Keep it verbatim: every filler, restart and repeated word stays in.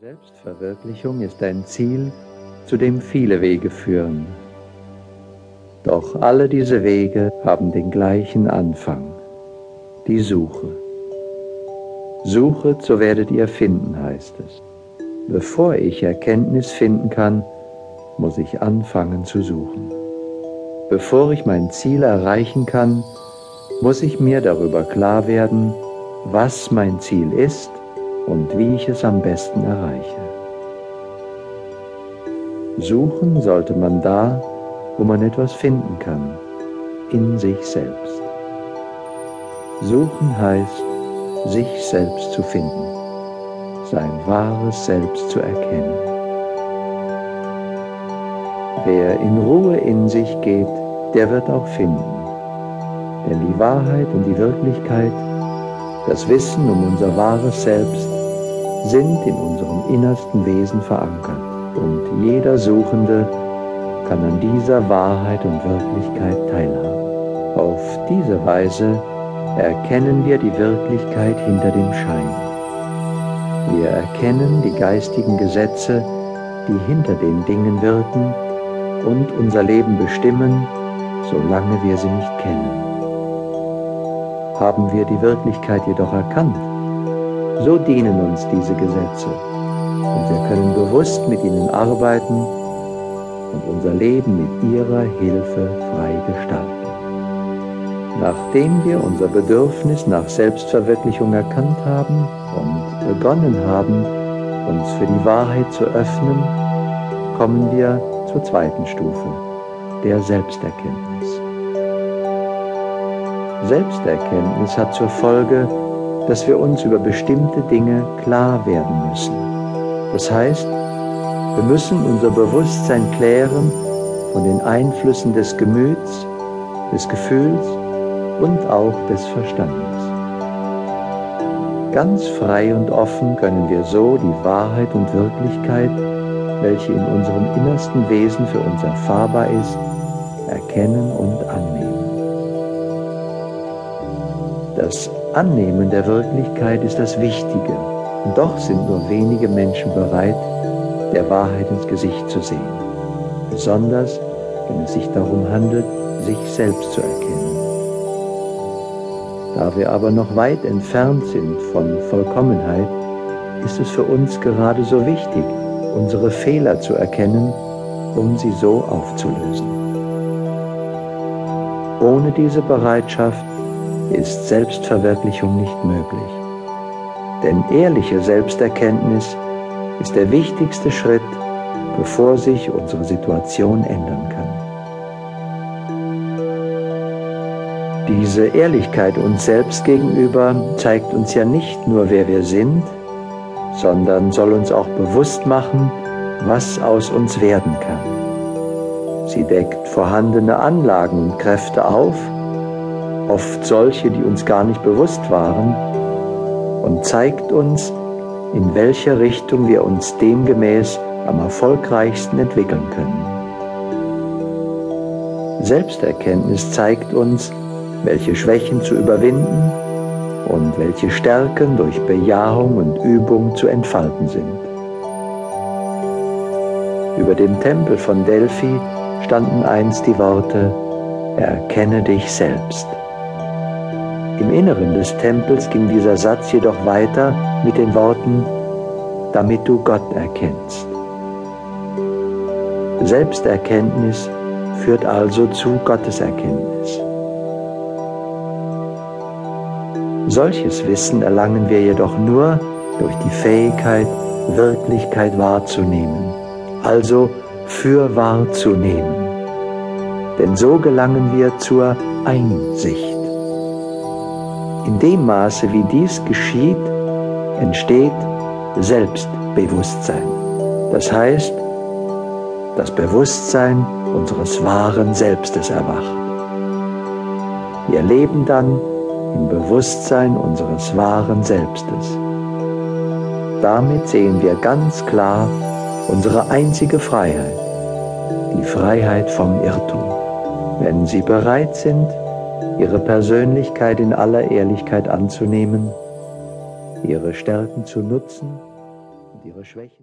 Selbstverwirklichung ist ein Ziel, zu dem viele Wege führen. Doch alle diese Wege haben den gleichen Anfang, die Suche. Suchet, so werdet ihr finden, heißt es. Bevor ich Erkenntnis finden kann, muss ich anfangen zu suchen. Bevor ich mein Ziel erreichen kann, muss ich mir darüber klar werden, was mein Ziel ist und wie ich es am besten erreiche. Suchen sollte man da, wo man etwas finden kann, in sich selbst. Suchen heißt, sich selbst zu finden, sein wahres Selbst zu erkennen. Wer in Ruhe in sich geht, der wird auch finden. Denn die Wahrheit und die Wirklichkeit, das Wissen um unser wahres Selbst, sind in unserem innersten Wesen verankert. Und jeder Suchende kann an dieser Wahrheit und Wirklichkeit teilhaben. Auf diese Weise erkennen wir die Wirklichkeit hinter dem Schein. Wir erkennen die geistigen Gesetze, die hinter den Dingen wirken und unser Leben bestimmen, solange wir sie nicht kennen. Haben wir die Wirklichkeit jedoch erkannt, so dienen uns diese Gesetze und wir können bewusst mit ihnen arbeiten und unser Leben mit ihrer Hilfe frei gestalten. Nachdem wir unser Bedürfnis nach Selbstverwirklichung erkannt haben und begonnen haben, uns für die Wahrheit zu öffnen, kommen wir zur zweiten Stufe, der Selbsterkenntnis. Selbsterkenntnis hat zur Folge, dass wir uns über bestimmte Dinge klar werden müssen. Das heißt, wir müssen unser Bewusstsein klären von den Einflüssen des Gemüts, des Gefühls und auch des Verstandes. Ganz frei und offen können wir so die Wahrheit und Wirklichkeit, welche in unserem innersten Wesen für uns erfahrbar ist, erkennen und annehmen. Das Annehmen der Wirklichkeit ist das Wichtige, und doch sind nur wenige Menschen bereit, der Wahrheit ins Gesicht zu sehen, besonders wenn es sich darum handelt, sich selbst zu erkennen. Da wir aber noch weit entfernt sind von Vollkommenheit, ist es für uns gerade so wichtig, unsere Fehler zu erkennen, um sie so aufzulösen. Ohne diese Bereitschaft ist Selbstverwirklichung nicht möglich. Denn ehrliche Selbsterkenntnis ist der wichtigste Schritt, bevor sich unsere Situation ändern kann. Diese Ehrlichkeit uns selbst gegenüber zeigt uns ja nicht nur, wer wir sind, sondern soll uns auch bewusst machen, was aus uns werden kann. Sie deckt vorhandene Anlagen und Kräfte auf, oft solche, die uns gar nicht bewusst waren, und zeigt uns, in welcher Richtung wir uns demgemäß am erfolgreichsten entwickeln können. Selbsterkenntnis zeigt uns, welche Schwächen zu überwinden und welche Stärken durch Bejahung und Übung zu entfalten sind. Über dem Tempel von Delphi standen einst die Worte: Erkenne dich selbst. Im Inneren des Tempels ging dieser Satz jedoch weiter mit den Worten: damit du Gott erkennst. Selbsterkenntnis führt also zu Gotteserkenntnis. Solches Wissen erlangen wir jedoch nur durch die Fähigkeit, Wirklichkeit wahrzunehmen, also für wahrzunehmen. Denn so gelangen wir zur Einsicht. In dem Maße, wie dies geschieht, entsteht Selbstbewusstsein. Das heißt, das Bewusstsein unseres wahren Selbstes erwacht. Wir leben dann im Bewusstsein unseres wahren Selbstes. Damit sehen wir ganz klar unsere einzige Freiheit, die Freiheit vom Irrtum. Wenn Sie bereit sind, Ihre Persönlichkeit in aller Ehrlichkeit anzunehmen, Ihre Stärken zu nutzen ihre Schwächen.